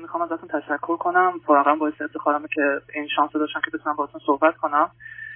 میخوام ازتون تشکر کنم. واقعا باعث افتخارمه که این شانس رو داشتم که بتونم باهاتون صحبت کنم.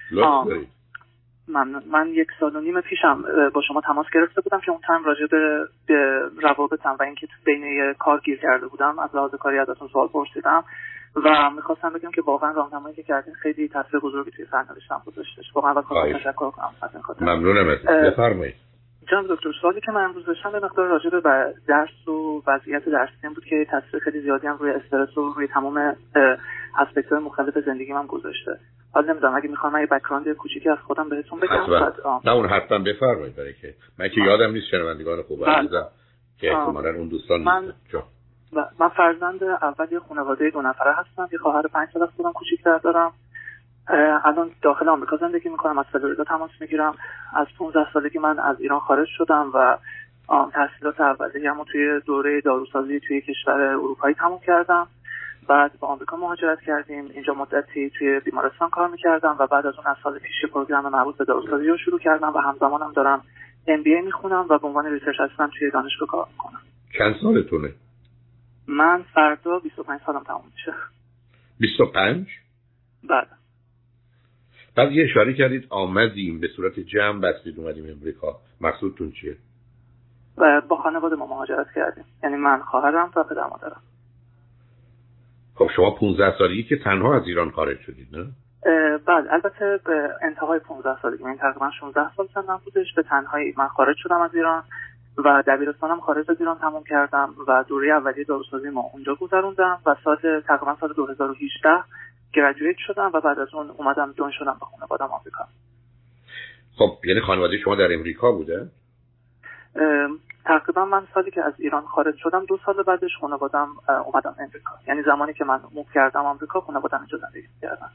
من 1.5 سال پیشم با شما تماس گرفته بودم که اون تایم راجع به روابطم و اینکه بین کار گیر کرده بودم از لحاظ کاری ازتون سوال پرسیدم و میخواستم بگم که واقعا راهنمایی که کردین خیلی تاثیر بزرگی توی سرنوشتم گذاشتش. واقعا باید تشکر کنم از این خاطر. ممنونم ازت. بفرمایید. جناب دکتر، سوالی که من امروز داشتم به مقدار راجع به درس و وضعیت درسی بود که تاثیر خیلی زیادی هم روی استرس و روی تمام اسپکت‌های مختلف زندگی من گذاشته. حالا نمیدونم اگه میخوام یه بک‌گراند کوچیکی از خودم بهتون بگم. نه اون حتما بفرمایید، برای که من که یادم نیست شنوندگان خوب عزیزم که احتمالاً اون دوستان نیستن. من فرزند اول یه خانواده 2 نفره هستم. یه خواهر 5 سال از خودم کوچیک‌تر دارم. الان داخل آمریکا زندگی میکنم، از فلوریدا تماس میگیرم. از 15 سالگی من از ایران خارج شدم و تحصیلات اولیه‌مو توی دوره داروسازی توی کشور اروپایی تموم کردم. بعد به آمریکا مهاجرت کردیم. اینجا مدتی توی بیمارستان کار میکردم و بعد از اون از سال پیش پروگرام مربوط به داروسازی رو شروع کردم و همزمانم دارم MBA میخونم و به عنوان ریسرچ اسیستنت توی دانشگاه کار میکنم. چند سالتونه؟ من فردا 25 سالم تموم میشه. 25؟ بله. بعد یه اشاره کردید آمدیم به صورت جمع بستید اومدیم امریکا. مقصودتون چیه؟ با خانواده ما مهاجرت کردیم. یعنی من، خواهرم و پدر مادرم. خب شما 15 سالگی که تنها از ایران خارج شدید نه؟ بله، البته به انتهای 15 سالگی، من تقریبا 16 سال سنم بودش، به تنهایی من خارج شدم از ایران و دبیرستانم خارج از ایران تموم کردم و دوره اولیه داروسازی ما اونجا گذروندم و تقریبا سال 2018 گریجویت شدم و بعد از اون اومدم جوین شدم به خانواده‌ام آمریکا. خب یعنی خانواده شما در امریکا بوده؟ تقریبا من سالی که از ایران خارج شدم 2 سال بعدش خانواده‌ام اومدم امریکا. یعنی زمانی که من موو کردم آمریکا خانواده‌ام اینجا زندگی کردن.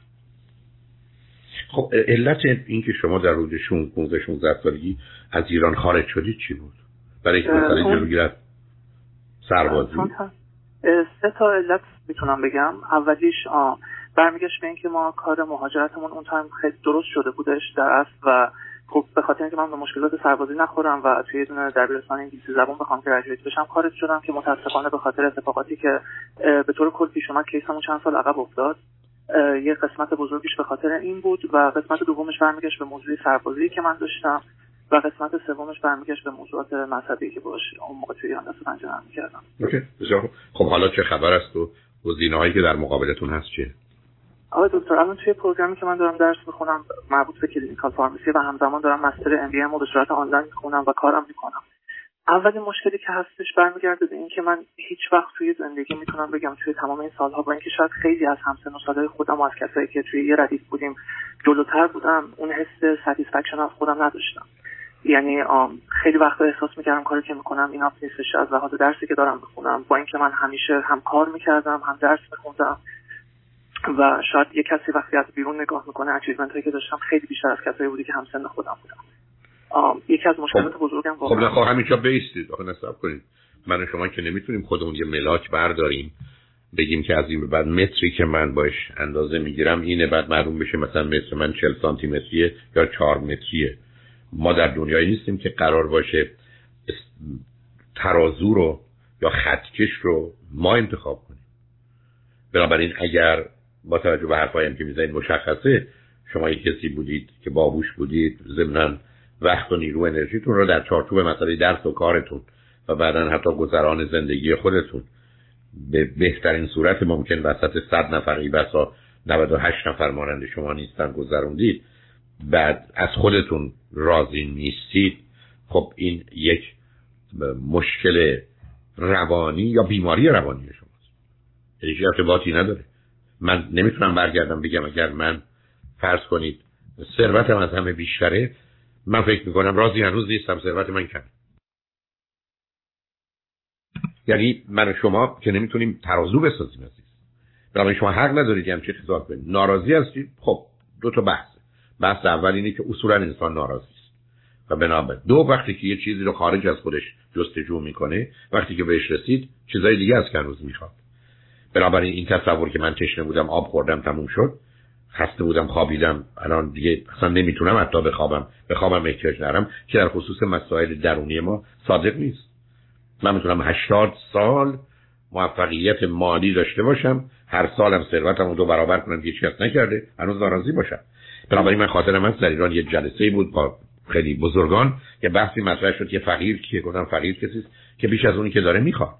خب علت این که شما در حدود 15-16 سالگی از ایران خارج شدید چی بود؟ برای که مثلا جلوگیرت سربازی؟ 3 تا علت میتونم بگم. اولیش برمیگشت به این که ما کار مهاجرتمون اون تایم خیلی درست شده بودش در اصل و خب به خاطر اینکه من به مشکلات سربازی نخورم و توی دونه دبیرستان انگلیسی زبان بخوام گریجویت بشم خارج شدم که متاسفانه به خاطر اتفاقاتی که به طور کل پیش اومد کیسمون چند سال عقب افتاد. یه قسمت بزرگیش به خاطر این بود و قسمت دومش برمیگشت به موضوع سربازی که من داشتم و قسمت سومش برمیگشت به موضوعات مذهبی که باشه اون موقع توی ایران دست پنجه نرم می‌کردم. اوکی بسیار. خب حالا چه خبر است و گزینه‌هایی که در مقابلتون هست چیه؟ آقای دکتر، الان توی پروگرامی که من دارم درس میخونم مربوط به کلینیکال فارماسی و همزمان دارم مستر ام بی ام رو به صورت آنلاین میخونم و کارم میکنم. اولین مشکلی که هستش برمیگرده به این که من هیچ وقت توی زندگی میتونم بگم توی تمام این سالها با اینکه شاید خیلی از همسن و سالهای خودم و از کسایی که توی یه ردیف بودیم جلوتر بودم اون حس ساتیسفکشن از خودم نداشتم. یعنی خیلی وقتا احساس میکردم کاری که میکنم اینا نیستش از لحاظ درسی که دارم میخونم، با اینکه من همیشه هم کار میکردم هم درس میخوندم و شاید یک کسی وقتی از بیرون نگاه میکنه اچیومنت هایی که داشتم خیلی بیشتر از کسایی بودی که همسن خودم بودم. یکی از مشکلات بزرگم واقعا خب همینجا بیستید. آخه نصب کنید من و شما که نمیتونیم خودمون یه ملاک برداریم بگیم که از این به بعد متری که من باش اندازه میگیرم اینه، بعد معلوم بشه مثلا متر من 40 سانتی متریه یا 4 متریه. ما در دنیایی نیستیم که قرار باشه ترازو رو یا خطکش رو ما انتخاب کنیم. بنابراین اگر با توجه به حرفایم که میزنید مشخصه شما یک کسی بودید که باهوش بودید، ضمناً وقت و نیرو انرژیتون رو در چارچوب مسئله درس و کارتون و بعداً حتی گذران زندگی خودتون به بهترین صورت ممکن وسط 100 نفری بسا 98 نفر مانند شما نیستن گذروندید، بعد از خودتون راضی نیستید، خب این یک مشکل روانی یا بیماری روانی شماست. هیچ ارتباطی نداره. من نمیتونم برگردم بگم اگر من فرض کنید ثروتم از همه بیشتره، من فکر میکنم راضی هنوز نیستم، ثروت من کم. یعنی من و شما که نمیتونیم ترازو بسازیم عزیز. بنابراین شما حق ندارید همچین قضاوت کنید. ناراضی هستید؟ خب دو تا بحث اول اینه که اصولا انسان ناراضی است و بنابراین دو وقتی که یه چیزی رو خارج از خودش جستجو میکنه، وقتی که بهش رسید چیزای دیگه از که هنوز میخواد. بنابراین این تصور که من تشنه بودم آب خوردم تموم شد، خسته بودم خوابیدم الان دیگه اصلا نمیتونم حتی بخوابم احتیاج ندارم، که در خصوص مسائل درونی ما صادق نیست. من میتونم 80 سال موفقیت مالی داشته باشم، هر سالم ثروتمو 2 برابر کنم که هیچ کس نکرده، هنوز ناراضی باشم. بنابراین من خاطرم هست در ایران یه جلسه بود با خیلی بزرگان که بحثی مطرح شد که فقیر کیه؟ گفتم فقیر کسی است که بیش از اونی که داره میخواد.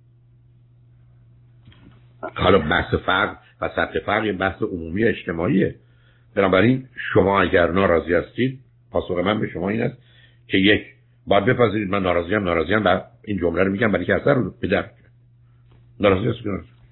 حالا بحث فقر و سطح فقر یه بحث عمومی اجتماعیه. بنابراین شما اگر ناراضی هستید، پاسخ من به شما این است که یک، باید بپذیرید من ناراضیم و این جمله رو میگم برای که اثر رو بدر ناراضی هستید.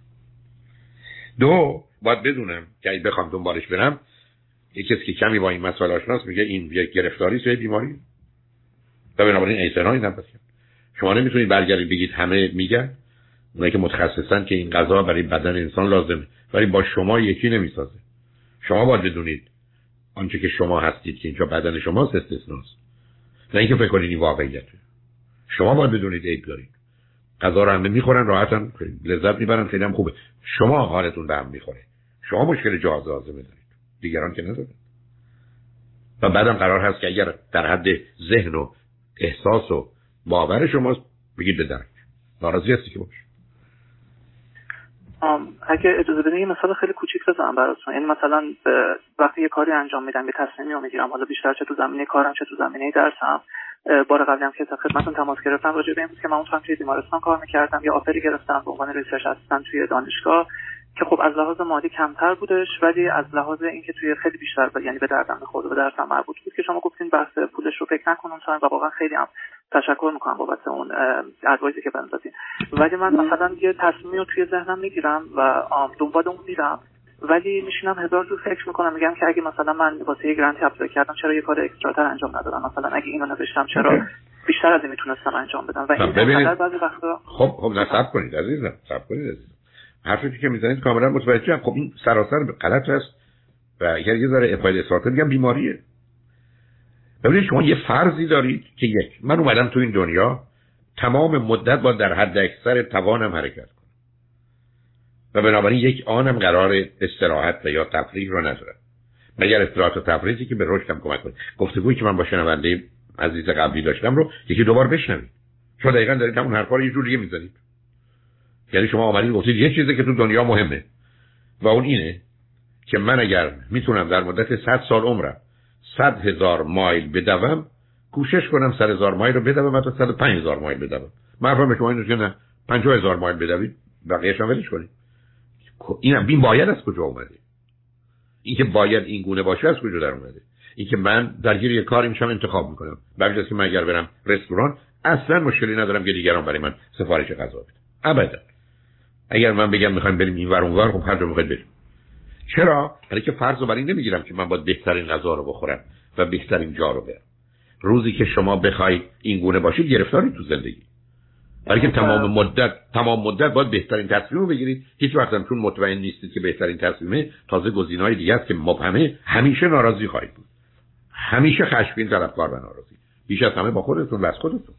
دو، باید بدونم که اگه بخوام دنبالش برم، یک کسی که کمی با این مسائل آشناست میگه این یک گرفتاری است یا بیماری. و بنابراین اعتنایی نباید. شما نمیتونید برگردید بگید همه میگن، اونایی که متخصصن که این غذا برای بدن انسان لازمه، ولی با شما یکی نمیسازه. شما باید بدونید آنچه که شما هستید که اینجا بدن شماست استثناست، نه اینکه فکر کنید این واقعیته. شما باید بدونید عیب دارید. غذا رو همه میخورن، راحتن، لذت میبرن، خیلی هم خوبه. شما حالتون به هم میخوره، شما مشکل جهاز هاضمه دارید، دیگران که ندارن. و بعدم قرار هست که اگر در حد ذهن و احساس و باور شماست بگید به درک. ناراضی هستی که باش. اگه اجازه بدین یه مثال خیلی کوچیک بزنم براتون. این مثلا وقتی یه کاری انجام میدم، یه تصمیمی رو میگیرم، حالا بیشتر چه تو زمینه کارم چه تو زمینه درسم. بار قبلی هم که خدمتتون تماس گرفتم راجع به این بود که من اون توی بیمارستان کار میکردم، یه آفری گرفتم به عنوان ریسرچ اسیستنت توی دانشگاه که خب از لحاظ مالی کمتر بودش، ولی از لحاظ اینکه توی خیلی بیشتر یعنی به دردم می‌خورد و به درسم مربوط بود که شما گفتین بحث پولش رو فکر نکنم و واقعا خیلی هم تشکر می‌کنم بابت اون ادوایسی که بهم دادین. ولی من مثلا یه تصمیمی رو توی ذهنم میگیرم و دنبال اون میرم، ولی میشینم هزار جور فکر میکنم، میگم که اگه مثلا من واسه یه گرانتی اپلای کردم چرا یه کار اکستراتر انجام ندادم، مثلا اگه اینو نوشتم چرا بیشتر از این میتونستم انجام بدم. و این بعضی وقتا خب نصب کنید عزیزم، صبر کنید عزیزم. حرفی که میزنید کاملا متوجهم. خب این سراسر غلط است و اگر یه ذره افاده اصلاحات میگم بیماریه. ببینید شما یه فرضی دارید که یک، من اومدم تو این دنیا تمام مدت با در حد اکثر توانم حرکت کنم و بنابراین یک آنم قرار استراحت و یا تفریح رو ندارم، مگر استراحت و تفریحی که به رشدم کمک کنه. گفتگویی که من با شنونده عزیز قبلی داشتم رو یکی دوبار بشنوید. شما دقیقاً دارید همون حرفا رو یه جور دیگه میزنید. یعنی شما آمدید گفتید یه چیزی که تو دنیا مهمه و اون اینه که من اگر میتونم در مدت 100 سال عمرم 100,000 مایل بدوم، کوشش کنم 100,000 مایل رو بدوم، حتی 105,000 مایل بدوم. من فهمم شما اینو که نه 50,000 مایل بدوید، بقیه‌اش هم ولش کنید. این باید از کجا اومده؟ این که باید این گونه باشه از کجا در اومده؟ این که من درگیر یه کاری میشم انتخاب میکنم، بعد که من اگر برم رستوران اصلا مشکلی ندارم که دیگران برای من سفارش غذا بدن. ابدا. اگر من بگم میخوایم بریم این ور اون ور، خب هر جا میخواید بریم. چرا؟ برای که فرض رو بر این نمیگیرم که من باید بهترین غذا رو بخورم و بهترین جا رو برم. روزی که شما بخواید این گونه باشید گرفتاری تو زندگی. برای که تمام مدت باید بهترین تصمیم رو بگیرید. هیچ وقت هم چون مطمئن نیستید که بهترین تصمیمه، تازه گزینه‌های دیگه است که مبهمه، همیشه ناراضی خواهید بود. همیشه خشمگین، طلبکار و ناراضی. بیش از همه با خودتون و از خودتون.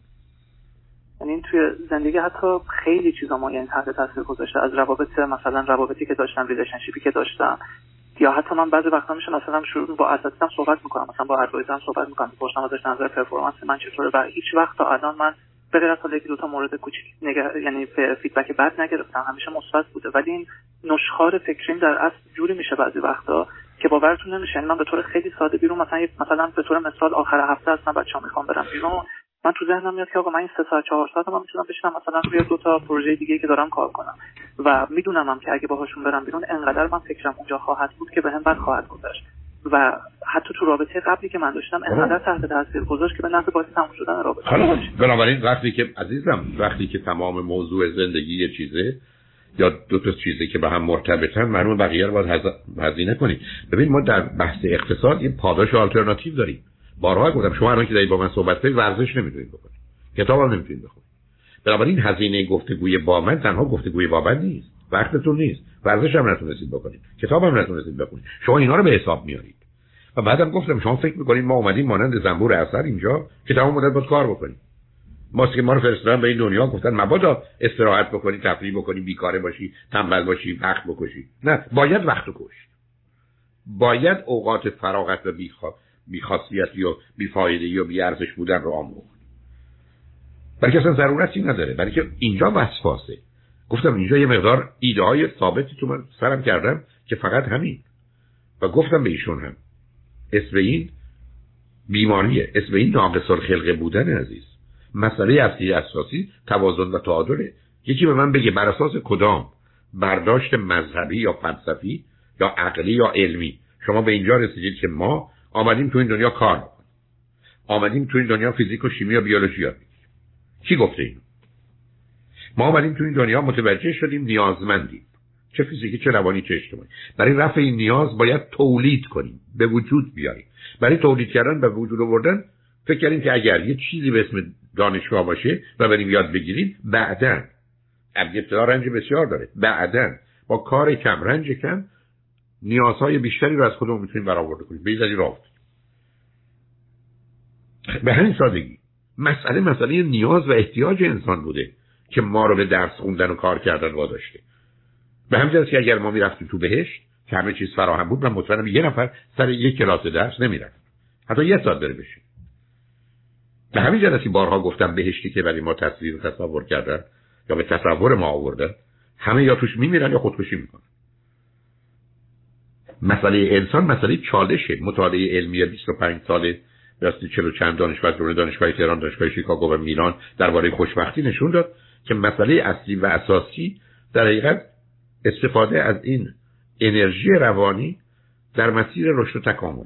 یعنی توی زندگی حتی خیلی چیزا ما یعنی تحت تاثیر گذاشته، از روابط، مثلا روابطی که داشتم، ریلیشنشیپی که داشتم، یا حتی من بعضی وقتا میشه مثلا شروع با اساتیدم صحبت میکنم، مثلا با ادوایزرم صحبت میکنم، میپرسم ازش نظر پرفورمنس من چطوره و هیچ وقت تا الان من به غیر از یکی دو تا مورد کوچیک یعنی فیدبک بد نگرفتم، همیشه مثبت بوده. ولی این نشخوار فکریم در اصل جوری میشه بعضی وقتا که باورتون نمیشه. یعنی من به طور خیلی ساده بیرون مثلا به طور مثال آخر هفته هستم، بچه‌ها میخوام برم بیرون، من تو ذهنم میاد که آقا من این 3 ساعت 4 ساعت من میتونم بشینم مثلا روی 2 تا پروژه دیگه که دارم کار کنم و میدونم که اگه باهاشون برم بیرون انقدر من فکرم اونجا خواهد بود که بهم بد خواهد گذشت. و حتی تو رابطه قبلی که من داشتم انقدر تحت تاثیر گذاشت که به نحو باعث تموم شدن رابطه. حالا بنابراین وقتی که عزیزم، وقتی که تمام موضوع زندگی یه چیزه یا دو تا چیزی که به هم مرتبطن، معلومه بقیه رو باید هزینه کنید. ببین ما در بحث اقتصاد یه پاداش آلترناتیو داریم. بارها گفتم شما الان که دارید با من صحبت کنید ورزش نمیتونید بکنید، کتاب هم نمیتونید بخونید. بنابراین هزینه گفتگوی با من تنها گفتگوی با من نیست، وقتتون نیست، ورزش هم نتونستید بکنید، کتاب هم نتونستید بخونید، شما اینا رو به حساب میارید. و بعدم گفتم شما فکر میکنید ما اومدیم مانند زنبور اثر اینجا که تمام مدت باید کار بکنیم. ما رو فرستادن به این دنیا گفتن مبادا استراحت بکنی، تفریح بکنی، بیکاره باشی، تنبل باشی، وقت بکشی. نه، باید وقت کشت. باید اوقات فراغت و بی‌خاصیت یا بی‌فایده یا بی‌ارزش بودن رو آموخت. برای که اصلا ضرورتی نداره، برای که اینجا وسواسه. گفتم اینجا یه مقدار ایده های ثابتی تو من سرم کردم که فقط همین. و گفتم به ایشون هم اسم این بیماریه، اسم این ناقص الخلقه بودن عزیز. مسئله اصلی اساسی توازن و تعادله. یکی به من بگه بر اساس کدام برداشت مذهبی یا فلسفی یا عقلی یا علمی شما به اینجا رسیدید که ما آمدیم تو این دنیا کار بکنیم، آمدیم تو این دنیا فیزیک و شیمی و بیولوژی یاد بگیریم؟ کی گفته اینو؟ ما آمدیم تو این دنیا متوجه شدیم نیازمندیم، چه فیزیکی چه روانی چه اجتماعی. برای رفع این نیاز باید تولید کنیم، به وجود بیاریم. برای تولید کردن به وجود آوردن فکر کردیم که اگر یه چیزی به اسم دانشگاه باشه و بریم یاد بگیریم، بعداً ابتدا رنج بسیار داره، بعداً با کار کم رنج کم نیازهای بیشتری رو از خودمون میتونیم برآورده کنیم. به این دلیل راه به همین سادگی مسئله نیاز و احتیاج انسان بوده که ما رو به درس خوندن و کار کردن واداشته. به همین جهت که اگر ما میرفتیم تو بهشت که همه چیز فراهم بود، من مطمئنم یه نفر سر یک کلاس درس نمیرفت، حتی یه ساعت بره بشه. به همین جهت بارها گفتم بهشتی که برای ما تصویر و تصور کردن یا به تصور ما آوردن، همه یا توش میمیرن یا خودکشی میکنن. مسئله انسان مسئله چالشه. مطالعه علمی 25 ساله راستی 40 چند دانشگاه تهران، دانشگاه شیکاگو و میلان درباره خوشبختی نشون داد که مسئله اصلی و اساسی در حقیقت استفاده از این انرژی روانی در مسیر رشد و تکامل.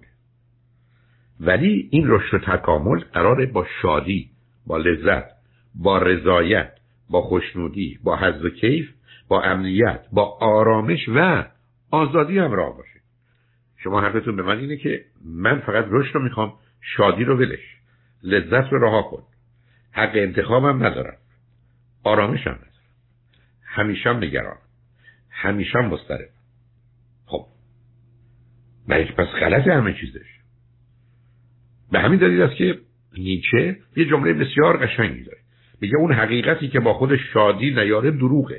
ولی این رشد و تکامل قراره با شادی، با لذت، با رضایت، با خوشنودی، با حظ و کیف، با امنیت، با آرامش و آزادی همراه باشه. شما حرفتون به من اینه که من فقط رشد رو میخوام، شادی رو ولش، لذت رو رها کن، حق انتخابم ندارم، آرامشم ندارم، همیشم نگران، همیشم مضطرب. خب پس غلط همه چیزش. به همین دلیل است که نیچه یه جمله بسیار قشنگی داره، میگه اون حقیقتی که با خودش شادی نیاره دروغه.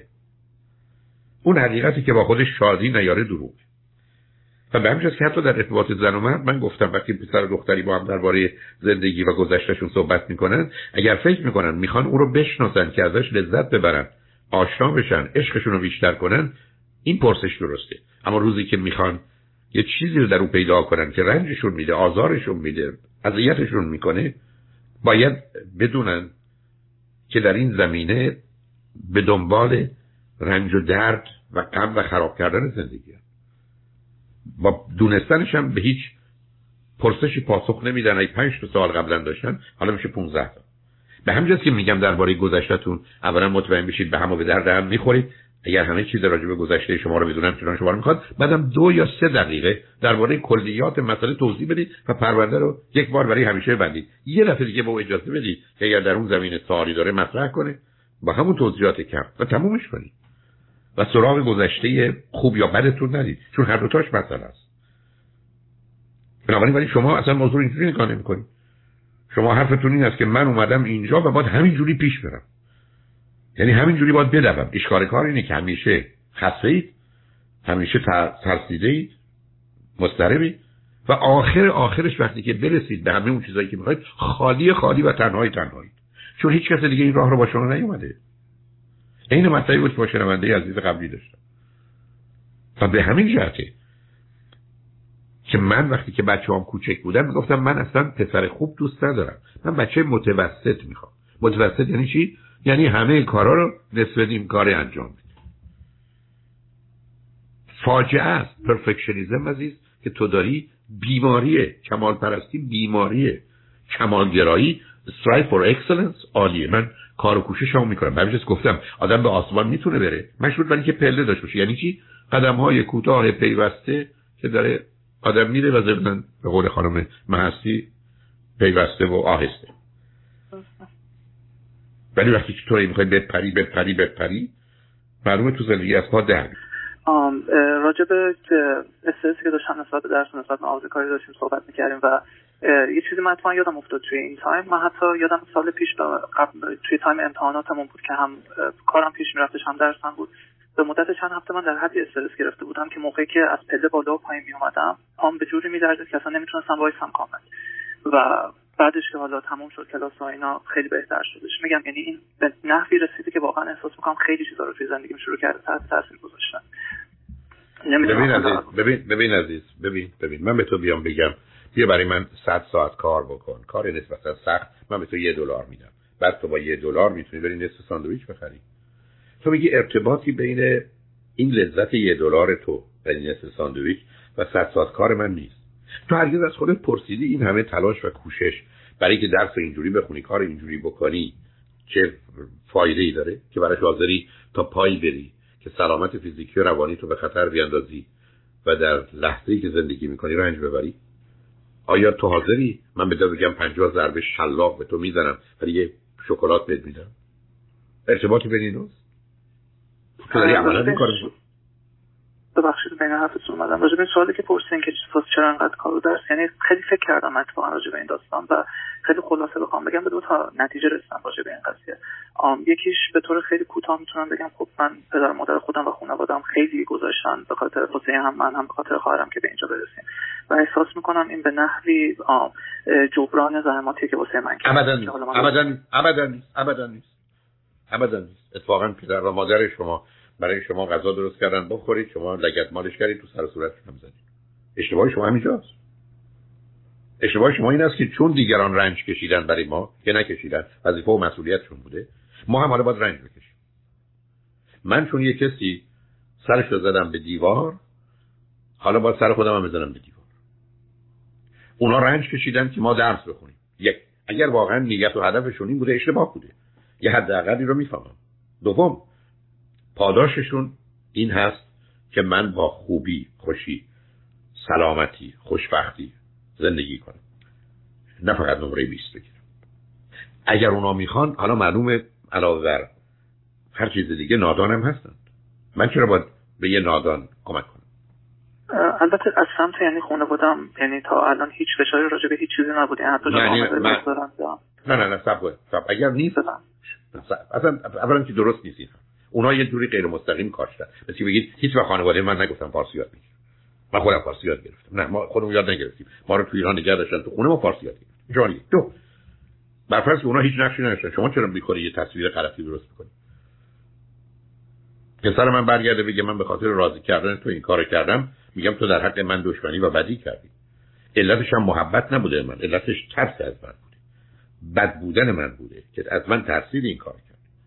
اون حقیقتی که با خودش شادی نیاره دروغه. و به همین جاست که حتی در ارتباط زن و مرد من گفتم وقتی پسر و دختری با هم درباره زندگی و گذشتهشون صحبت میکنن، اگر فکر میکنن میخوان او رو بشناسن که ازش لذت ببرن، آشنا بشن، عشقشون رو بیشتر کنن، این پرسش درسته. اما روزی که میخوان یه چیزی رو در اون پیدا کنن که رنجشون میده، آزارشون میده، اذیتشون میکنه، باید بدونن که در این زمینه به دنبال رنج و درد و غم و خراب کردن زندگی هست. با دونستنش هم به هیچ پرسشی پاسخ نمیدن. ای 5 سال قبلا داشتن حالا میشه 15 تا. به همین جاست که میگم درباره گذشته‌تون اولا مطمئن بشید به هم و به درد هم میخورید. اگر همه چیز راجع به گذشته شما رو بدونن چون شما رو میخواد، بعدم 2 یا 3 دقیقه درباره کلیات مسئله توضیح بدید و پرونده رو یک بار برای همیشه ببندید. یه دفعه دیگه به او اجازه بدید که اگر در اون زمینه سوالی داره مطرح کنه با همون توضیحات کم و تمومش کنید. و سراغ گذشته خوب یا بدتون ندید، چون هر دو تاش مسئله است. بنابراین ولی شما اصلا موضوع اینجوری نگاه نمی‌کنید. شما حرفتون این است که من اومدم اینجا و باید همینجوری پیش برم، یعنی همینجوری باید بدوم. اشکال کار اینه که همیشه خسته‌اید، همیشه ترسیده‌اید، مضطربید و آخرش وقتی که برسید به همه اون چیزایی که می‌خواید، خالی و تنهایید، چون هیچ کس دیگه این راه رو با شما نیومده. این مطلبی بود که با شنونده عزیز قبلی داشتم. و به همین جهته که من وقتی که بچه‌ام کوچک بودن میگفتم من اصلا پسر خوب دوست ندارم، من بچه متوسط میخوام. متوسط یعنی چی؟ یعنی همه کارا رو نصف نیم کار انجام میده. فاجعه است پرفکشنیسم عزیز که تو داری، بیماریه کمال پرستی، بیماریه کمالگرایی. strive for excellence عالیه، من کار و کوششمو میکنم. همینجاست گفتم آدم به آسمان میتونه بره مشروط بر اینکه پله داشته باشه. یعنی چی؟ قدم‌های کوتاه پیوسته که داره آدم میره و ضمن به قول خانم مهستی پیوسته و آهسته. ولی وقتی که تو میخوای بپری معلومه تو زندگی از پا در راجع به استرسی که داشتم نسبت به درس، نسبت به آموزشکاری داشتیم صحبت میکردیم و یه چیزی من اتفاقا یادم افتاد توی این تایم. من حتی یادم سال پیش توی تایم امتحاناتمون بود که هم کارم پیش میرفتش هم درسم بود. به مدت چند هفته من در حدی استرس گرفته بودم که موقعی که از پله بالا و پایین می اومدم پام به جوری می‌درد که اصلا نمیتونستم وایسم کامل. و بعدش که حالا تموم شد کلاس ها اینا خیلی بهتر شدش. میگم یعنی این به نحوی رسیده که واقعا احساس میکنم خیلی چیزا رو توی زندگیم شروع کرده تحت تاثیر گذاشتن. ببین من به تو بیام بگم بیا برای من 100 ساعت کار بکن، کار نسبتا سخت، من به تو $1 میدم، بعد تو با $1 میتونی بری نصف ساندویچ بخری. تو میگی ارتباطی بین این لذت $1 تو و نصف ساندویچ و 100 ساعت کار من نیست. تو هرگز از خودت پرسیدی این همه تلاش و کوشش برای که درس اینجوری بخونی، کار اینجوری بکنی چه فایده‌ای داره که براش حاضری تا پای بری که سلامت فیزیکی و روانی تو به خطر بیاندازی و در لحظه‌ای که زندگی میکنی رنج ببری؟ آیا تو حاضری من به تو بگم 50 ضربه شلاق به تو میزنم ولی یه شکلات بهت میدم؟ ارتباطی بین ایناست؟ تو داری عملا این کارو می‌کنی؟ ببخشید بین حرفتون اومدم راجع به این سوالی که پرسیدین که چرا انقدر کارو درس، یعنی خیلی فکر کردم اتفاقا راجع به این داستان و خیلی خلاصه بخوام بگم به 2 تا نتیجه رسیدم راجع به این قضیه. یکیش به طور خیلی کوتاه میتونم بگم خب من پدر مادر خودم و خانواده‌ام خیلی گذاشتن به خاطر واسه هم من هم به خاطر خواهرم که به اینجا برسیم و احساس میکنم این به نحوی جبران زحماتی که واسه من کردن. ابدا نیست. اتفاقا پدر و مادر شما برای شما غذا درست کردن بخورید، شما لگد مالش کردید تو سر و صورتشون هم زدید. اشتباه شما همینجاست. اشتباه شما این است که چون دیگران رنج کشیدن برای ما که نکشیدن، وظیفه و مسئولیتشون بوده، ما هم حالا باید رنج بکشیم. من چون یه کسی سرش رو زدم به دیوار، حالا باید سر خودم هم بزنم به دیوار. اونا رنج کشیدن که ما درس بخونیم. یک، اگر واقعا نیت و هدفشون این بوده اشتباه بوده. یه حداقلی رو میفهمم. دوم، پاداششون این هست که من با خوبی، خوشی، سلامتی، خوشبختی زندگی کنم، نه فقط نمره 20 بگیرم. اگر اونا میخوان، حالا معلومه علاوه بر هر چیز دیگه نادانم هستند. من چرا باید به یه نادان کمک کنم؟ البته از سمت یعنی خانواده‌ام یعنی تا الان هیچ فشاری راجع به هیچ چیزی نبود. یعنی حتی نه صبر اگر نیست اصلا اولا که درست نیست. اونا یه جوری غیر مستقیم کاشتن. مثل بگید هیچ وقت خانواده من نگفتم فارسی یاد بگیر. من خودم فارسی یاد گرفتم. نه، ما خودمون یاد نگرفتیم. ما رو تو ایران نگه داشتن، تو خونه ما فارسی یاد گرفتیم. جانی تو برفرض که اونا هیچ نقشی نداشتن، شما چرا می‌خوری یه تصویر غلطی درست می‌کنی؟ پسر من برگرده بگه من به خاطر راضی کردن تو این کارو کردم، میگم تو در حق من دشمنی و بدی کردی. علتش هم محبت نبوده من، علتش ترس از من بوده. بد بودن من بوده که از من ترسید این کار.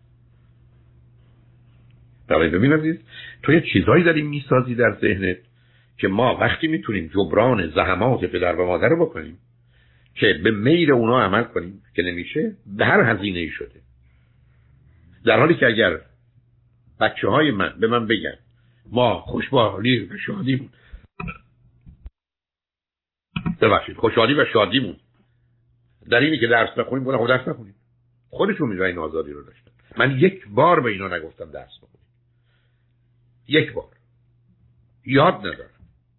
برای ببین عزیز، تو یه چیزایی داری میسازی در ذهنت که ما وقتی میتونیم جبران زحمات پدر و مادر رو بکنیم که به میل اونا عمل کنیم که نمیشه، به هر هزینه‌ای شده. در حالی که اگر بچه‌های من به من بگن ما خوشحالی و شادیمون خوشحالی و شادیمون در اینی که درس نخونیم، بودن خود درس نخونیم. خودشون میدونن این آزادی رو داشتن. من یک بار به اینا نگفتم درس بخونید. یک بار یاد ندارم.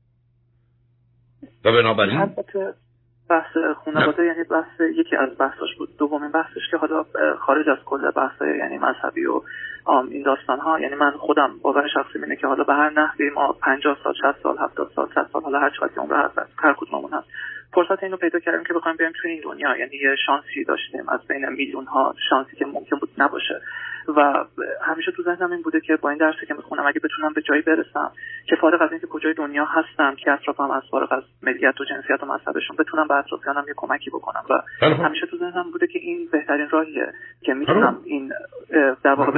و بنابراین البته بحث خانواده یعنی بحث یکی از بحثاش بود. دومین بحثش که حالا خارج از کل بحثای یعنی مذهبی و این داستان ها، یعنی من خودم باور شخصی اینه که حالا به هر نحوی ما 50 سال 60 سال 70 سال 100 سال حالا هر چقدر که عمر هر کدوممون هست فرصت اینو پیدا کردیم که بخوایم بریم توی این دنیا. یعنی یه شانسی داشتیم از بین میلیون ها شانسی که ممکن بود نباشه و همیشه تو ذهنم این بوده که با این درسی که میخونم اگه بتونم به جایی برسم که فارغ از اینکه کجای دنیا هستم که اطرافم از فارغ از ملیت و جنسیت و مذهبشون بتونم به اطرافیانم یه کمکی بکنم و همیشه تو ذهنم بوده که این بهترین راهیه که میتونم این در واقع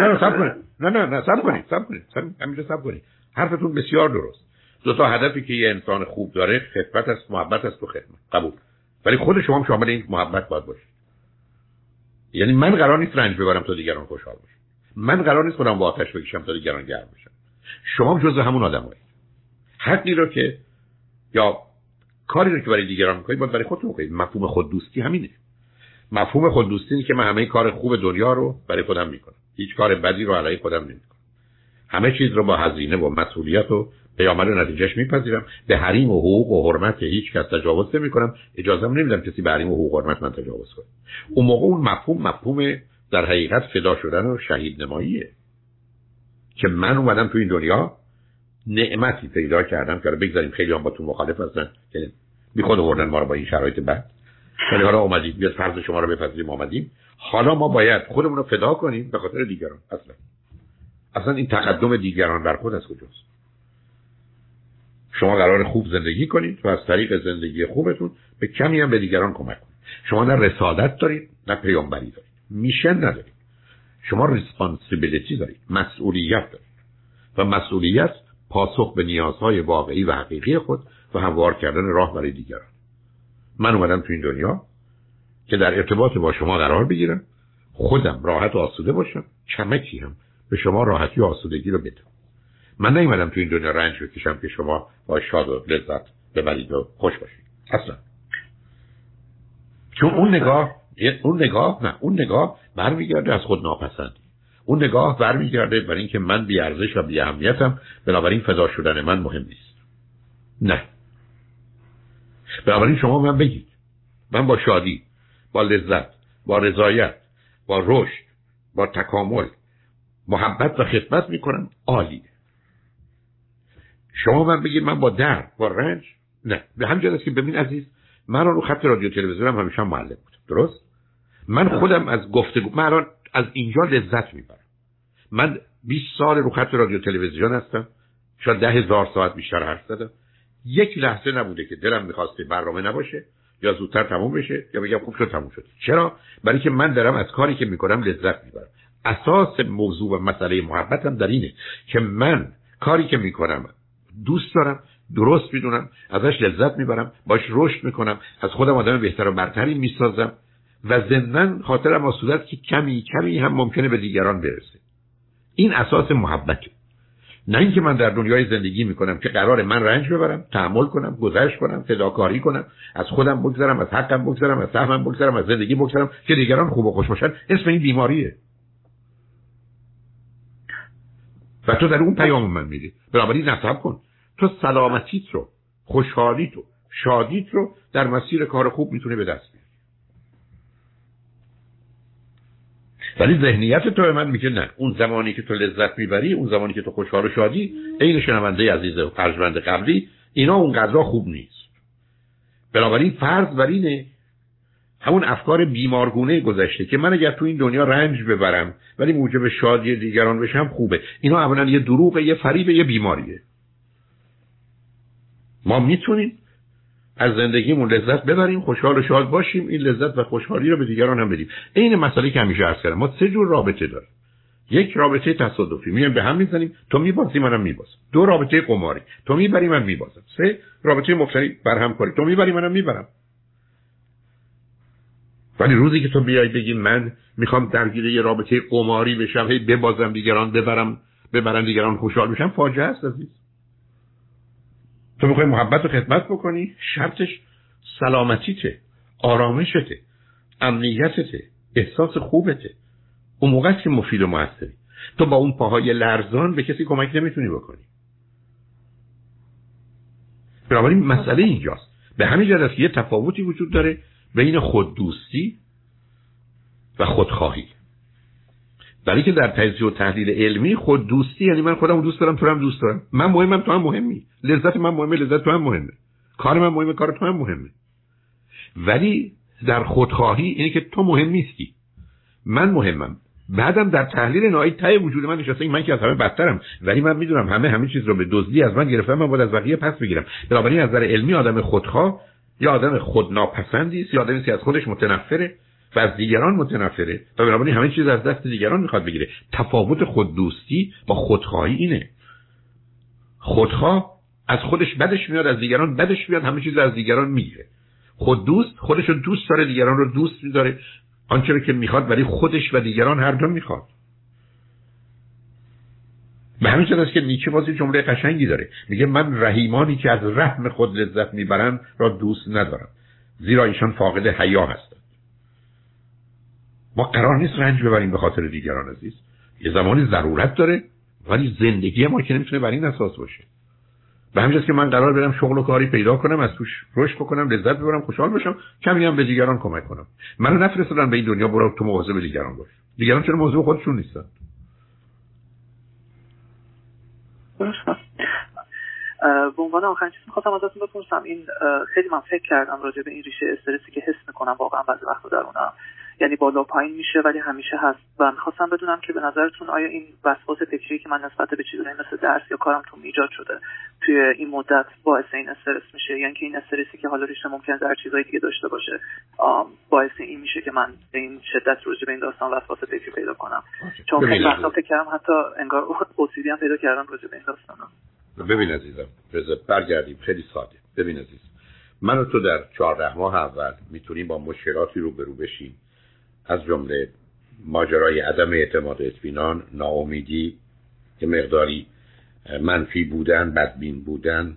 صبر کنید. حرفتون بسیار درست. دو تا هدفی که یه انسان خوب داره، خدمت است، محبت است و خدمت. قبول. ولی خود شما هم شامل این محبت باید باشید. یعنی من قرار نیست رنج ببرم تا دیگران خوشحال باشن. من قرار نیست خودم با آتش بکشم تا دیگران گرم بشن. شما جزء همون آدمایید. حقی رو که یا کاری رو که برای دیگران می‌کنید باید برای خودتون بکنید. مفهوم خوددوستی همینه. مفهوم خوددوستی اینه که من همه کار خوب دنیا رو برای خودم می‌کنم. هیچ کار بدی رو علیه خودم نمی‌کنم. همه چیز رو با هزینه و مسئولیت و پیامد و نتیجهش میپذیرم. به حریم و حقوق و حرمت هیچ کس تجاوز نمی‌کنم. اجازه نمیدم کسی به حریم و حقوق و حرمت من تجاوز کنه. اون موقع اون مفهوم در حقیقت فدا شدن و شهید نماییه که من اومدم تو این دنیا نعمتی پیدا کردم که بگذاریم خیلی هم با تو مخالف هستن که بیخود آوردن ما رو با این شرایط بد. ولی حالا اومدیم بیاد فرض شما رو بپذیریم اومدیم، حالا ما باید خودمون رو فدا کنیم به خاطر دیگران. اصلا این تقدم دیگران بر خود از کجاست؟ شما قرار خوب زندگی کنید و از طریق زندگی خوبتون به کمی هم به دیگران کمک کنید. شما نه رسالت دارید نه پیامبری دارید، میشن ندارید. شما ریسپانسیبیلیتی دارید، مسئولیت دارید و مسئولیت پاسخ به نیازهای واقعی و حقیقی خود و هموار کردن راه برای دیگران. من اومدم تو این دنیا که در ارتباط با شما قرار بگیرم، خودم راحت و آسوده باشم، چمکی هم به شما راحتی و آسودگی رو بدم. من نیومدم تو این دنیا رنج بکشم که شما با شاد و لذت ببرید و خوش باشید. اصلا. چون اون نگاه برمیگرده از خود ناپسندی. اون نگاه برمیگرده برای اینکه من بی ارزش و بی اهمیتم، بنابراین فدا شدن من مهم نیست. نه. بنابراین شما من بگید من با شادی، با لذت، با رضایت، با رشد، با تکامل محبت و خدمت میکنم، عالیه. شما من بگید من با درد، با رنج، نه. به همین جهت که ببین عزیز، من رو خط رادیو تلویزیونم همیشه معلم بودم، درست؟ من خودم از گفتگو، من الان از اینجا لذت میبرم. من 20 سال رو خط رادیو تلویزیون هستم، شاید 10,000 ساعت بیشتر حرف زدم. یک لحظه نبوده که دلم می‌خواسته برنامه نباشه یا زودتر تموم بشه یا بگم خوب شد تموم شد. چرا؟ برای که من دارم از کاری که میکنم لذت میبرم. اساس موضوع و مسئله محبتم در اینه که من کاری که میکنم دوست دارم، درست میدونم، ازش لذت میبرم، باش رشد میکنم، از خودم آدم بهتر و برتری میسازم و ضمناً خاطرم آسوده است که کمی هم ممکنه به دیگران برسه. این اساس محبته. نه اینکه من در دنیای زندگی میکنم که قراره من رنج ببرم، تحمل کنم، گذشت کنم، فداکاری کنم، از خودم بگذرم، از حقم بگذرم، از سهمم بگذرم، از زندگی بگذرم که دیگران خوب و خوش باشن. اسم این بیماریه. و تو در اون پیام من میدی. بنابراین نصب کن. تو سلامتیت رو، خوشحالیت رو، شادیت رو در مسیر کار خوب میتونه به دست بیاری. ولی ذهنیت تو به من میگه نه، اون زمانی که تو لذت میبری، اون زمانی که تو خوشحال و شادی، عین شنونده عزیز و ارجمند قبلی، اینا اونقدر خوب نیست. بنابراین فرض بر اینه همون افکار بیمارگونه گذشته که من اگر تو این دنیا رنج ببرم ولی موجب شادی دیگران بشم خوبه. اینا اولا یه دروغه، یه فریبه، یه بیماریه. ما میتونیم از زندگیمون لذت ببریم، خوشحال و شاد باشیم، این لذت و خوشحالی رو به دیگران هم بدیم. این مسئله که همیشه عرض کردم، ما 3 جور رابطه داریم. یک رابطه تصادفی، میایم به هم میزنیم، تو میبازی منم میبازم. 2 رابطه قماری، تو میبری من میبازم. 3 رابطه مختلف برهم کاری، تو میبری منم میبرم. ولی روزی که تو بیای بگی من میخوام درگیر یه رابطه قماری بشم، هی ببازم دیگران، ببرن دیگران خوشحال بشن، فاجعه است عزیز. تو میخوای محبت و خدمت بکنی، شرطش سلامتیته، آرامشته، امنیتته، احساس خوبته. اون موقع که مفید و موثری. تو با اون پاهای لرزان به کسی کمک نمیتونی بکنی. بنابراین مسئله اینجاست. به همین جهت است که یه تفاوتی وجود داره بین خوددوستی و خودخواهی. ولی که در تجزیه و تحلیل علمی خوددوستی یعنی من خودم دوست دارم، تو هم دوست دارم، من مهمم، تو هم مهمی، لذت من مهمه، لذت تو هم مهمه، کار من مهمه، کار تو هم مهمه. ولی در خودخواهی اینه که تو مهم نیستی، من مهمم. بعدم در تحلیل نهایی ته وجود من نشسته من که از همه بدترم، ولی من میدونم همه چیز رو به دزدی از من گرفتم، من باید از بقیه پس بگیرم. بنابراین از نظر علمی آدم خودخواه یا آدم خودناپسندی است، یا آدمی که از خودش متنفره و از دیگران متنفره و بنابراین همه چیز از دست دیگران میخواد بگیره. تفاوت خوددوستی با خودخواهی اینه. خودخواه از خودش بدش میاد، از دیگران بدش میاد، همه چیز از دیگران میگیره. خوددوست خودش رو دوست داره، دیگران رو دوست می‌داره، آنچه که میخواد برای خودش و دیگران هر دو میخواد. به همین جهت است که نیچه بازی جمله قشنگی داره، میگه من رحیمانی که از رحم خود لذت میبرند را دوست ندارم، زیرا ایشان فاقد حیا هستند. ما قرار نیست رنج ببریم به خاطر دیگران عزیز. یه زمانی ضرورت داره، ولی زندگی ما که نمیتونه بر این اساس باشه. به همین جهت که من قرار برم شغل و کاری پیدا کنم، از توش رشد بکنم، لذت ببرم، خوشحال باشم، کمی هم به دیگران کمک کنم. منو نفرستادن به این دنیا برو تو مواظب دیگران باش. دیگران چرا مواظب خودشون نیستن؟ به عنوان آخرین چیز می‌خواستم ازتون بپرسم، این خیلی من فکر کردم راجع به این ریشه استرسی که حس می‌کنم واقعا بعضی وقتا درونم، یعنی بالا پایین میشه ولی همیشه هست، و می‌خواستم بدونم که به نظرتون آیا این وسواس فکری که من نسبت به چیزایی مثل درس یا کارم تو ایجاد شده توی این مدت باعث این استرس میشه، یعنی که این استرسی که حالا ریشه ممکن در چیزای دیگه داشته باشه باعث این میشه که من به این شدت راجع به این داستان وسواس فکری پیدا کنم؟ چون خیلی وقتا فکر کردم حتی انگار OCD هم پیدا کردم راجع به این داستان. ببین عزیزم، برگردیم خیلی ساده. ببین عزیز، من و تو در 14 ماه اول میتونیم با مشکلاتی روبرو بشیم، از جمله ماجرای عدم اعتماد و اطمینان، ناامیدی، که مقداری منفی بودن، بدبین بودن،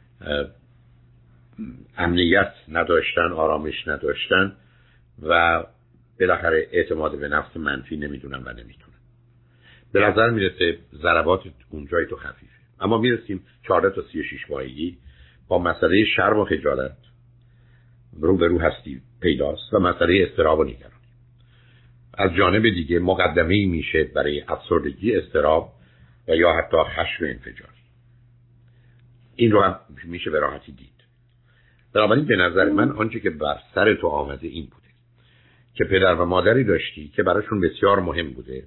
امنیت نداشتن، آرامش نداشتن و بالاخره اعتماد به نفس منفی نمیدونن و نمیتونن. به نظر میرسه ضربات اونجای تو خفیفه، اما میرسیم 14 تا 36 ماهگی با مسئله شرم و خجالت روبرو هستی پیداست و مسئله اضطراب و نگرانی. از جانب دیگه مقدمه‌ای میشه برای افسردگی، اضطراب و یا حتی خشم انفجاری. این رو هم میشه به راحتی دید. بنابراین به نظر من آنچه که بر سر تو آمده این بوده که پدر و مادری داشتی که براشون بسیار مهم بوده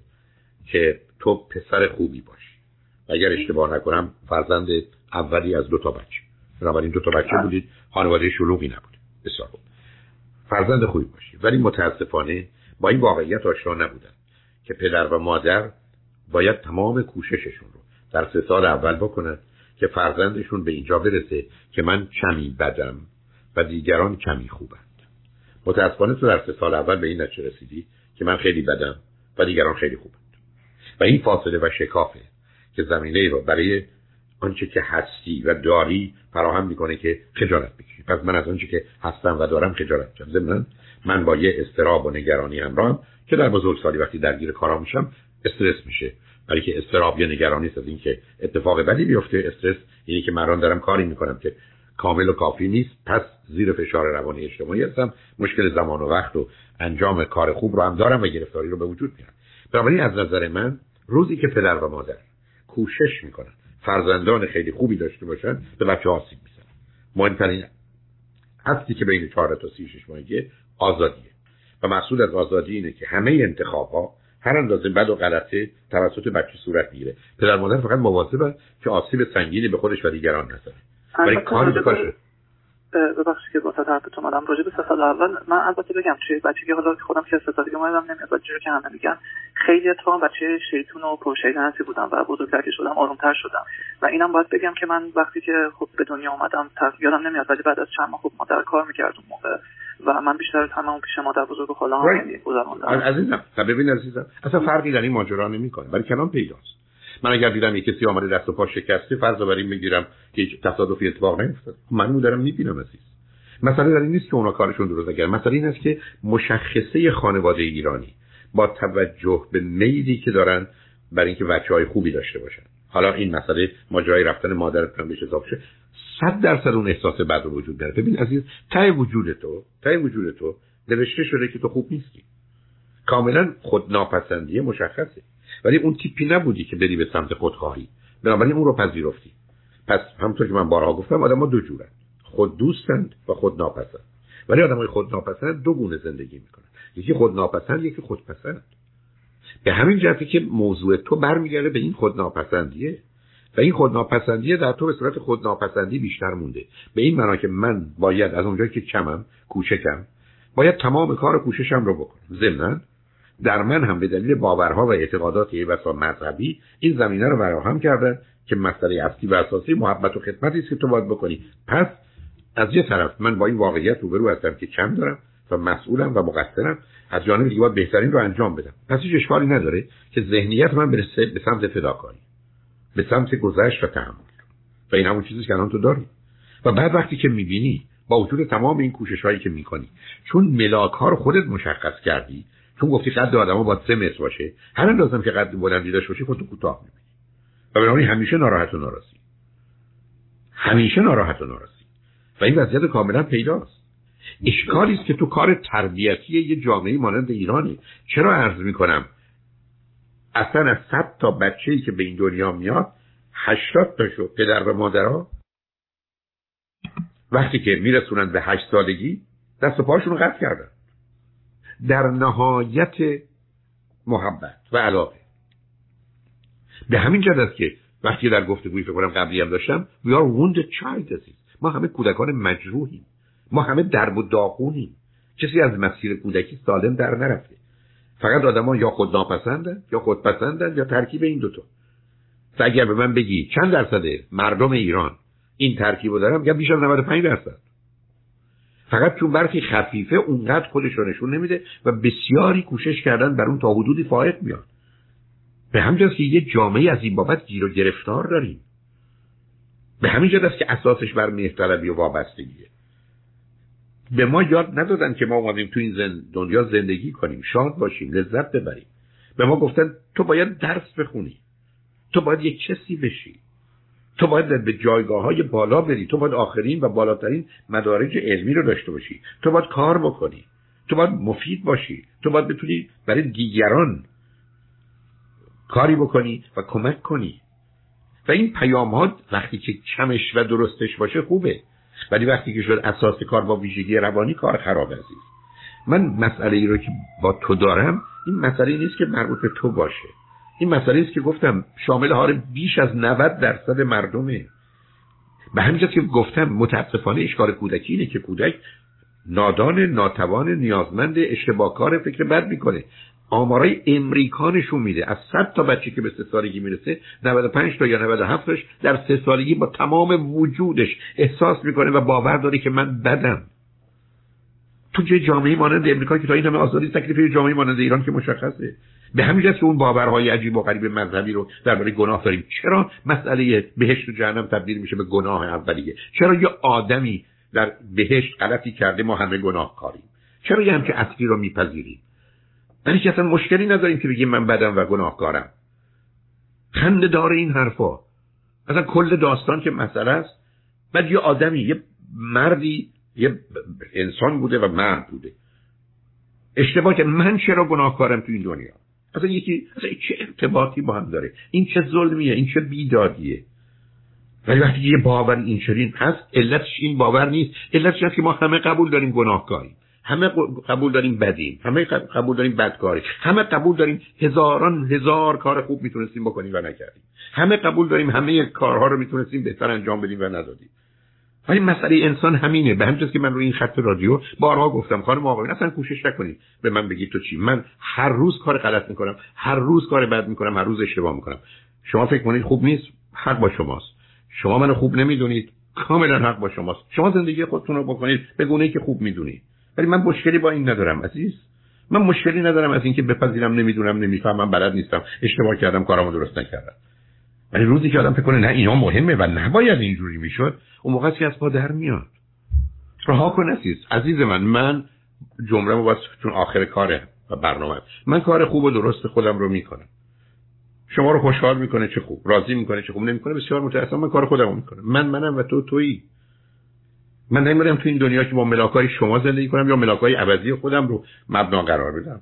که تو پسر خوبی باشی و اگر اشتباه نکنم فرزند اولی از 2 تا بچه. بنابراین 2 تا بچه بودید، خانواده شلوغی نبوده. بسیار خوب، فرزند خوبی باشی. ولی متاسفانه با این واقعیت آشنا نبودن که پدر و مادر باید تمام کوشششون رو در 3 سال اول بکنن که فرزندشون به اینجا برسه که من کمی بدم و دیگران کمی خوبند. متاسفانه تو در 3 سال اول به این نتیجه رسیدی که من خیلی بدم و دیگران خیلی خوبند و این فاصله و شکافه که زمینه رو برای آنچه که هستی و داری فراهم میکنه که خجالت بکشی. پس من از آنچه که هستم و دارم خجالت میکشم. ضمن من با یه اضطراب و نگرانی همراهم که در بزرگسالی وقتی درگیر کارام میشم استرس میشه، ولی که اضطراب یا نگرانی است از این که اتفاق بدی بیفته. استرس یعنی که من دارم کاری میکنم که کامل و کافی نیست، پس زیر فشار روانی اجتماعی هستم، مشکل زمان و وقت و انجام کار خوب رو هم دارم و گرفتاری رو به وجود میارم. بنابراین از نظر من روزی که پدر و مادر کوشش میکنن فرزندان خیلی خوبی داشته باشن به بچه آسیب میزنن. مهمترین هستی که بین 4 تا 36 ماهگی آزادیه و مقصود از آزادی اینه که همه انتخاب‌ها هر اندازه بد و غلطه توسط بچه صورت میگیره. پدر مادر فقط مواظبن که آسیب سنگینی به خودش و دیگران نزنه. ولی کاری بکنه. ببخشید که واسه حرفتون اومدم. راجع به 3 سال اول من البته بگم چه بچگی حالا خودم که 3 سالگی اومدم نمیاد بچه‌ها که همه میگن خیلی اتفاقا بچه شیطون و پرشیطنتی بودم و بزرگتر که شدم آرومتر شدم و اینم باید بگم که من وقتی که خب به دنیا اومدم یادم نمیاد ولی بعد از چند ماه خب مادر کار می‌کرد اون موقع و من بیشتر تمام پیش مادر بزرگ و خاله‌ام یعنی گذروندم. عزیزم ببین عزیزم اصلا فرقی در این ماجرا نمی‌کنه ولی کلام پیداست. من اگر دیدم یک کسی اومده دست و پا شکسته فرض بر این میگیرم که هیچ تصادفی اتفاق نیفتاد. من اون دارم میبینم عزیز. مسئله در این نیست که اونا کارشون درست نکردن. مسئله این است که مشخصه خانواده ایرانی با توجه به میلی که دارن برای اینکه بچه‌های خوبی داشته باشن، حالا این مسئله ماجرای رفتن مادرت هم بهش اضافه شه، 100% اون احساس بد وجود داره. ببین عزیز، ته وجود تو نوشته شده که تو خوب نیستی. کاملا خودناپسندی مشخصه، ولی اون تیپی نبودی که بری به سمت خودخواهی. بنابراین اون رو پذیرفتی. پس همونطور که من بارها گفتم آدم‌ها 2 جورن، خود دوستند و خود ناپسند. ولی آدمای خود ناپسند 2 گونه زندگی میکنن، یکی خود ناپسند، یکی خودپسند. به همین جهتی که موضوع تو برمیگرده به این خود ناپسندیه و این خود ناپسندیه در تو به صورت خود ناپسندی بیشتر مونده، به این معنا که من باید از اونجایی که کمم، کوچکم، باید تمام کار و کوششم رو بکنم. ضمناً در من هم به دلیل باورها و اعتقادات بسا مذهبی این زمینه رو فراهم کردن که مسئله اصلی و اساسی محبت و خدمتی است که تو باید بکنی. پس از یه طرف من با این واقعیت روبرو هستم که کم دارم و مسئولم و مقصرم، از جانب دیگه باید بهترین رو انجام بدم. پس هیچ اشکالی نداره که ذهنیت من برسه به سمت فداکاری، به سمت گذشت و تحمل، و این همون چیزی که الان تو داری. و بعد وقتی که میبینی با وجود تمام این کوشش‌هایی که میکنی، چون ملاک‌ها رو خودت مشخص کردی، چون گفتی قد آدم‌ها باید 3 متر باشه، هر اندازه‌ام که قد بلندی داشته باشی خودت کوتاه می‌بینی و بنابراین همیشه ناراحت و ناراضی و این وضعیت کاملا پیداست. اشکالی است که تو کار تربیتی یه جامعه مانند ایرانی. چرا عرض می‌کنم اصلا از 100 تا بچه‌ای که به این دنیا میاد 80 تاشو پدر و مادرها وقتی که میرسونن به 8 سالگی دست و پاشون رو قطع کردن در نهایت محبت و علاقه. به همین جهت است که وقتی در گفتگوی فکر کنم قبلی هم داشتم we are wounded child عزیز. ما همه کودکان مجروحیم، ما همه درب و داغونیم، کسی از مسیر کودکی سالم در نرفته. فقط آدما یا خود ناپسندن یا خودپسندن یا ترکیب این دوتا. اگر به من بگی چند درصد مردم ایران این ترکیبو دارن، میگم بیش از 95%. فقط چون برخی خفیفه اونقدر خودش رو نشون نمیده و بسیاری کوشش کردن بر اون تا حدودی فائق میاد. به همین جاست که یه جامعه از این بابت گیر و گرفتار داریم. به همین جاست که اساسش بر مهرطلبی و وابستگیه. به ما یاد ندادن که ما اومدیم تو این دنیا زندگی کنیم، شاد باشیم، لذت ببریم. به ما گفتن تو باید درس بخونی، تو باید یک کسی بشی، تو باید به جایگاه‌های بالا بری، تو باید آخرین و بالاترین مدارج علمی رو داشته باشی، تو باید کار بکنی، تو باید مفید باشی، تو باید بتونی برای دیگران کاری بکنی و کمک کنی. و این پیام‌ها وقتی که کمش و درستش باشه خوبه، ولی وقتی که شد اساس کار با ویژگی روانی، کار خراب عزیز. من مسئله ای رو که با تو دارم، این مسئله نیست که مربوط به تو باشه، این مسئله است که گفتم شامل حال بیش از 90% مردمه. به همین جاست که گفتم متاسفانه اشکال کودکی اینه که کودک نادان، ناتوان، نیازمند، اشتباهکار، فکر بد میکنه. آمارای امریکا نشون میده از 100 تا بچه که به 3 سالگی میرسه 95 تا یا 97 تاش در 3 سالگی با تمام وجودش احساس میکنه و باور داره که من بدم. تو چه جامعه‌ای مانند امریکا که تا این همه آزادی، تکلیف جامعه‌ای مانند ایران که مشخصه. به همین جاست که اون باورهای عجیب و غریب مذهبی رو درباره گناه داریم. چرا مسئله بهشت و جهنم تبدیل میشه به گناه اولیه؟ چرا یه آدمی در بهشت غلطی کرده ما همه گناهکاریم؟ چرا یه همچین اصلی رو میپذیریم؟ یعنی که اصلا مشکلی نداریم که بگیم من بدم و گناهکارم. خنده داره این حرفا. اصلا کل داستان که مسئله است، بعد یه آدمی، یه مردی، یه انسان بوده و مرد بوده، اشتباه که من چرا گناهکارم تو این دنیا؟ اصلا چه ارتباطی با هم داره؟ این چه ظلمیه؟ این چه بیدادیه؟ ولی وقتی یه باور این چنین هست، علتش این باور نیست، علتش هست که ما همه قبول داریم گناهکاریم، همه قبول داریم بدیم، همه قبول داریم بدکاریم، همه قبول داریم هزار کار خوب میتونستیم بکنیم و نکردیم، همه قبول داریم همه کارها رو میتونستیم بهتر انجام بدیم و ندادیم. ولی مسئله انسان همینه. به همین جاست که من روی این خط رادیو بارها گفتم خانم آقایون اصلا کوشش نکنید به من بگید تو چی. من هر روز کار غلط میکنم، هر روز کار بد میکنم، هر روز اشتباه میکنم. شما فکر کنید خوب نیست، حق با شماست. شما منو خوب نمیدونید، کاملا حق با شماست. شما زندگی خودتون رو بکنید به گونه‌ای که خوب میدونید. ولی من مشکلی با این ندارم عزیز. من مشکلی ندارم از اینکه بپذیرم نمیدونم، نمیفهمم، بلد نیستم، اشتباه کردم، کارامو درست نکردم. ولی روزی که آدم فکر کنه نه اینا مهمه و نباید اینجوری میشد، اون موقع که از پا در میاد. رها کن عزیز من جمله‌مو واسه چون آخر کاره و برنامه، من کار خوب و درست خودم رو میکنم. شما رو خوشحال میکنه چه خوب، راضی میکنه چه خوب، نمیکنه بسیار متأسفم، من کار خودم رو میکنم. منم و تویی. من نمیرم تو این دنیا که با ملاکای شما زندگی کنم یا ملاکای ابدی خودم رو مبنا قرار بدم.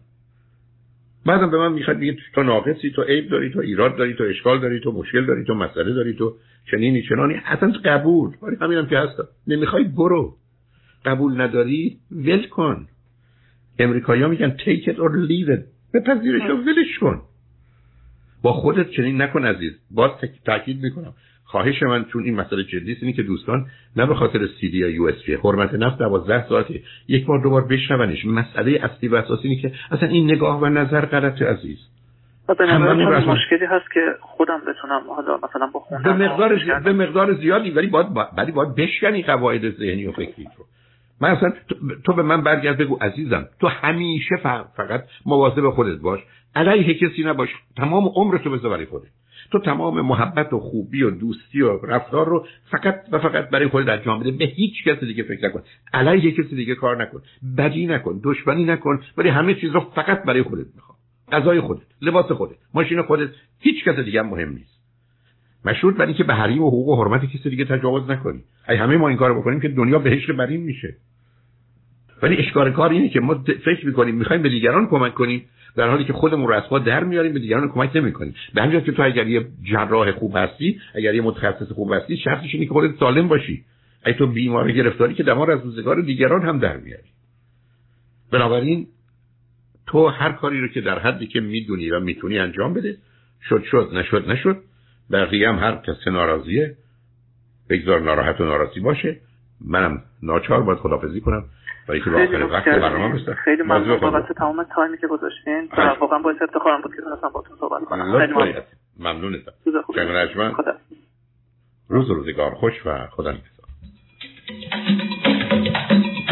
بعدم به من میخواد بگید تو ناقصی، تو عیب داری، تو ایراد داری، تو اشکال داری، تو مشکل داری، تو مسئله داری، تو چنینی چنانی. اصلا قبول، ولی همینم که هست. نمیخوای برو. قبول نداری ول کن. امریکایی‌ها میگن take it or leave it. بپذیرش و ولش کن. با خودت چنین نکن عزیز. باز تاکید میکنم. خواهش من چون این مسئله جدی است اینه که دوستان نه به خاطر سی دی یا یو اس بی حرمت نفس 12 ساعته یک بار دو بار بشنونش. مسئله اصلی و اساسی اینه که اصلا این نگاه و نظر غلطه عزیز. همین مشکلی هست که خودم بتونم حالا مثلا بخونم به مقدار زیادی، ولی باید بشکنی قواعد ذهنی و فکری رو. من اصلا تو به من برگرد بگو عزیزم تو همیشه فقط مواظب خودت باش، علیه کسی نباش، تمام عمرتو بذار برای خودت. تو تمام محبت و خوبی و دوستی و رفتار رو فقط برای خودت انجام بده، به هیچ کسی دیگه فکر نکن، علیه کسی دیگه کار نکن، بدی نکن، دشمنی نکن، ولی همه چیز رو فقط برای خودت بخواه. غذای خودت، لباس خودت، ماشین خودت، هیچ کس دیگه هم مهم نیست. مشروط بر اینکه به حریم و حقوق و حرمت کسی دیگه تجاوز نکنی. همه ما این کارو بکنیم که دنیا بهشت برین میشه. ولی اشکال کار اینه که ما فکر می‌کنیم می‌خوایم به دیگران کمک کنیم در حالی که خودمون رو از پا در میاریم، به دیگران کمک نمی‌کنیم. به همین جهت که تو اگر یه جراح خوب هستی، اگر یه متخصص خوب هستی، شرطش اینه که خودت سالم باشی. ای تو بیمار گرفتاری که دمار از روزگار دیگران هم در میاری. بنابراین تو هر کاری رو که در حدی که میدونی و میتونی انجام بده. شد نشد. بقیه هم هر کس ناراضیه بگذار ناراحت و ناراضی باشه. منم ناچار باید خداحافظی کنم برای که آخر وقت برنامه بسته. خیلی ممنون بابت تمام تایمی که گذاشتین. واقعا باعث افتخارم بود که تونستم باهاتون صحبت کنم. خیلی ممنون. ممنونم. روزگار خوش و خدا نگهدار.